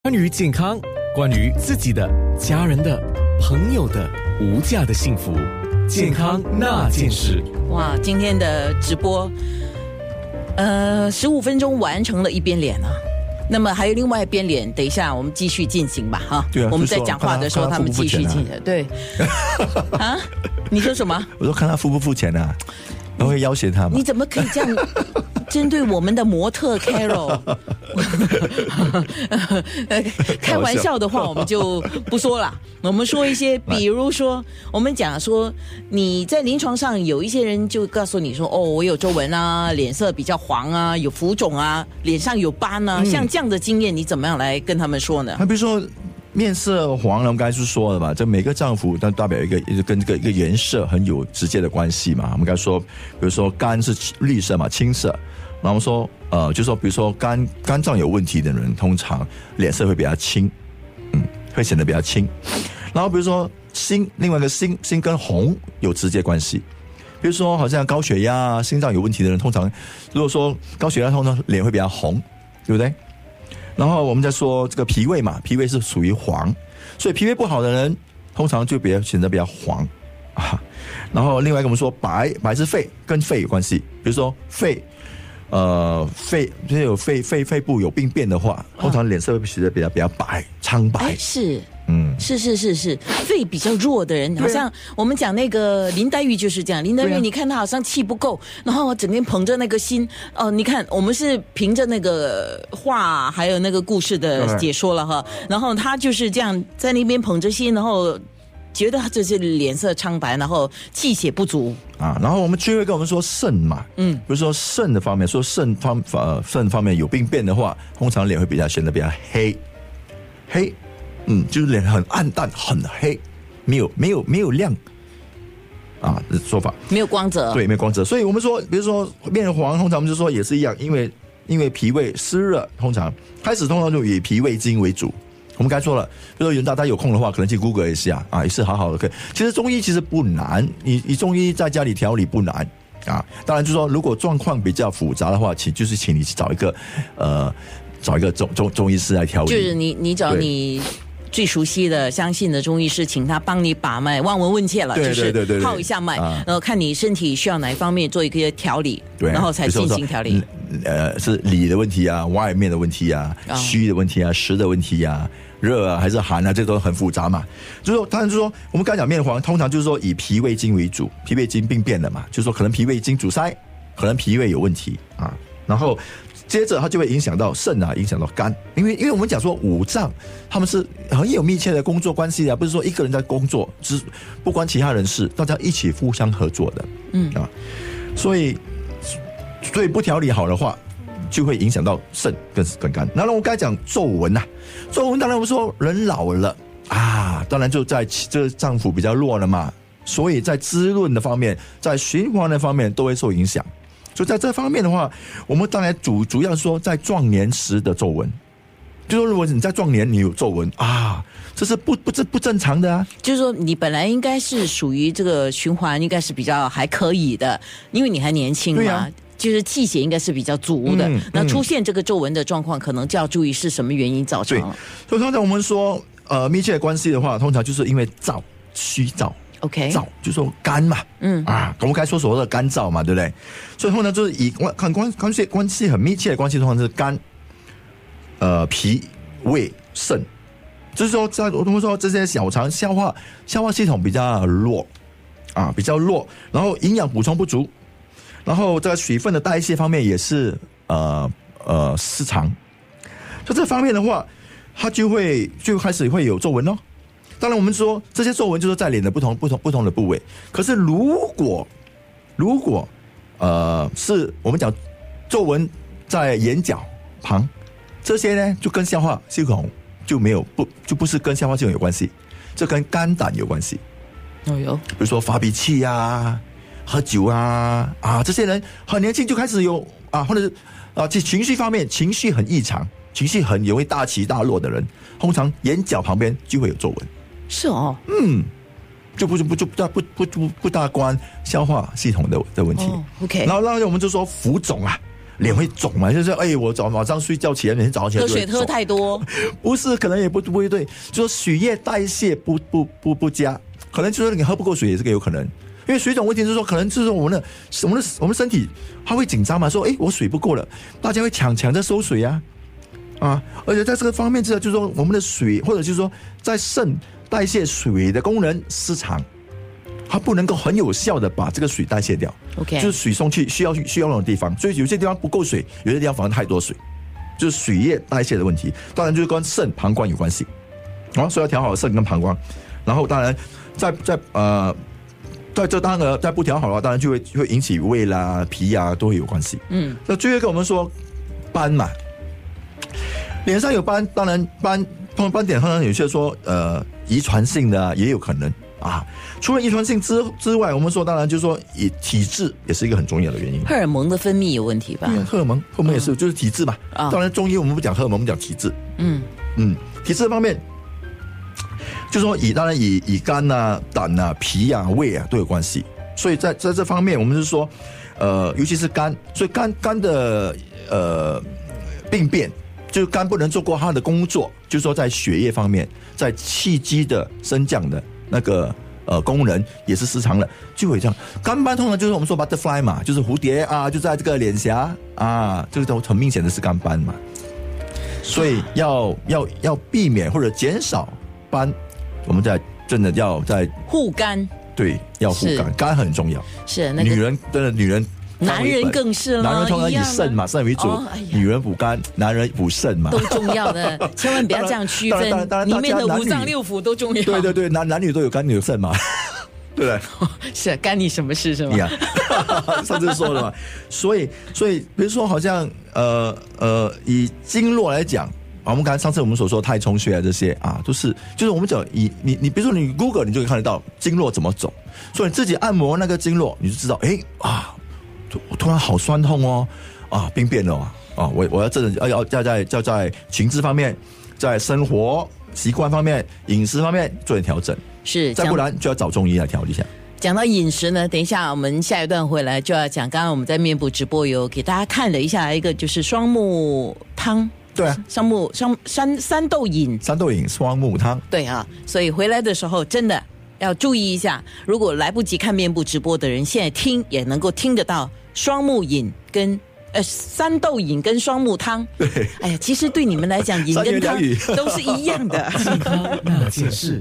关于健康，关于自己的、家人的、朋友的无价的幸福，健康那件事。 哇，今天的直播，15分钟完成了一边脸啊。那么还有另外一边脸，等一下我们继续进行吧，哈。 对啊， 我们在讲话的时候，他们继续进行。对，啊，你说什么？ 我说看他付不付钱啊，然后会要挟他嘛。 你怎么可以这样针对我们的模特 Carol？ 开玩笑的话我们就不说了，我们说一些，比如说我们讲说你在临床上有一些人就告诉你说，哦，我有皱纹啊，脸色比较黄啊，有浮肿啊，脸上有斑啊，像这样的经验你怎么样来跟他们说呢？ 那比如说面色黄，我们刚才是说了嘛，这每个脏腑它代表一个跟这个一个颜色很有直接的关系嘛。我们刚才说，比如说肝是绿色嘛，青色。然后说就说比如说肝脏有问题的人，通常脸色会比较青，会显得比较青。然后比如说心，另外一个心跟红有直接关系。比如说好像高血压、心脏有问题的人，通常如果说高血压，通常脸会比较红，对不对？然后我们再说这个脾胃嘛，脾胃是属于黄，所以脾胃不好的人通常就显得比较黄啊。然后另外一个我们说白是肺，跟肺有关系。比如说肺就是有肺部有病变的话，通常脸色会显得比较白，苍白。 是。是，肺比较弱的人，好像我们讲那个林黛玉就是这样。林黛玉，你看她好像气不够，然后整天捧着那个心。你看我们是凭着那个话还有那个故事的解说了哈，然后她就是这样在那边捧着心，然后觉得他就是脸色苍白，然后气血不足啊。然后我们最后跟我们说肾嘛，比如说肾的方面，说肾方面有病变的话，通常脸会显得比较黑，就是脸很暗淡，很黑，没有亮啊，这说法没有光泽， 对，没有光泽。所以我们说，比如说面黄，通常我们就说也是一样，因为脾胃湿热，通常就以脾胃经为主。我们刚才说了，比如说大家有空的话，可能去 Google 一下啊，也是好好的。其实中医其实不难，你中医在家里调理不难啊。当然就是说，如果状况比较复杂的话，请你去找一个中医师来调理。 就是你找你最熟悉的、相信的中医师，请他帮你把脉，望闻问切了，就是号一下脉，然后看你身体需要哪一方面做一个调理，然后才进行调理。 是里的问题啊，外面的问题啊，虚的问题啊，湿的问题啊，热啊还是寒啊，这都很复杂嘛。就是说，当然就是说，我们刚才讲面黄，通常就是说以脾胃经为主，脾胃经病变的嘛，就是说可能脾胃经阻塞，可能脾胃有问题啊，然后接着它就会影响到肾啊，影响到肝，因为我们讲说五脏他们是很有密切的工作关系的，不是说一个人在工作，不关其他人事，大家一起互相合作的，所以不调理好的话，就会影响到肾跟肝。然后我刚才讲皱纹啊，皱纹当然我们说人老了啊，当然就在这脏腑比较弱了嘛，所以在滋润的方面，在循环的方面都会受影响。所以在这方面的话，我们当然主要说在壮年时的皱纹，就说如果你在壮年你有皱纹啊，这是不正常的啊。 就是说你本来应该是属于这个循环应该是比较还可以的，因为你还年轻嘛。就是气血应该是比较足的，那出现这个皱纹的状况，可能就要注意是什么原因造成。 对，所以通常我们说密切的关系的话，通常就是因为虚燥。 OK， 燥就是说肝嘛，我们该说所谓的肝燥嘛，对不对？所以通常就是以关系很密切的关系，通常是肝、脾、胃、肾，就是说我们说这些小肠消化系统比较弱啊，然后营养补充不足，然后这个水分的代谢方面也是失常，所以这方面的话，它就开始会有皱纹咯。当然我们说这些皱纹就是在脸的不同的部位，可是如果是我们讲皱纹在眼角旁，这些呢就跟消化系统就不是跟消化系统有关系，这跟肝胆有关系。比如说发脾气啊，喝酒啊这些人很年轻就开始有或者是情绪方面情绪很异常，情绪很容易大起大落的人，通常眼角旁边就会有皱纹。 是哦， 就不大关消化系统的问题。 OK， 然后我们就说浮肿啊， 脸会肿嘛，就是我晚上睡觉起来，每天早上起来喝水喝太多， 不是，可能也不会对，就是血液代谢不佳，可能就是你喝不够水也是个有可能。因为水肿问题就是说，可能就是我们的身体它会紧张嘛，说我水不够了，大家会抢着收水啊，而且在这个方面就是说我们的水，或者就是说在肾代谢水的功能失常，它不能够很有效的把这个水代谢掉。 OK， 就是水送去需要用的地方，所以有些地方不够水，有些地方反而太多水，就是水液代谢的问题。当然就是跟肾、膀胱有关系，所以要调好肾跟膀胱。然后当然在这当然在不调好的话，当然就会引起胃啦、脾啊都会有关系。那最后一个我们说斑嘛，脸上有斑，当然斑点通常有些说遗传性的也有可能啊。除了遗传性之外，我们说当然就是说体质也是一个很重要的原因。 荷尔蒙的分泌有问题吧？ 荷尔蒙也是就是体质嘛。当然中医我们不讲荷尔蒙，我们讲体质。体质方面。就是说当然以肝啊、胆啊、脾啊、胃啊都有关系，所以在这方面我们是说，尤其是肝，所以肝的病变，就是肝不能做过它的工作，就是说在血液方面，在气机的升降的那个功能也是失常了，就会这样。肝斑通常就是我们说 butterfly 嘛，就是蝴蝶啊，就在这个脸颊啊，这个都很明显的是肝斑嘛，所以要避免或者减少斑。我们真的要在护肝， 对，要护肝，肝很重要。 是那个女人真的女人， 男人更是了。 男人通常以肾嘛，肾为主，女人补肝，男人补肾嘛， 都重要的，千万不要这样区分。里面的五脏六腑都重要。 对，男女都有肝有肾嘛，对不对？ 是干你什么事是吗？ 上次说了嘛，所以比如说好像以经络来讲。我们刚才上次我们所说太冲穴啊这些啊，就是我们讲你比如说你 Google 你就可以看得到经络怎么走，所以你自己按摩那个经络，你就知道我突然好酸痛病变了我要真的要在情志方面，在生活习惯方面、饮食方面做点调整， 是， 再不然就要找中医来调一下。 讲到饮食呢，等一下我们下一段回来就要讲，刚刚我们在面部直播有给大家看了一下一个就是双木汤。 对啊， 三豆饮双木汤。 对啊，所以回来的时候真的要注意一下，如果来不及看面部直播的人，现在听也能够听得到双木饮跟三豆饮跟双木汤。 对， 其实对你们来讲，饮跟汤都是一样的。 健康那件事。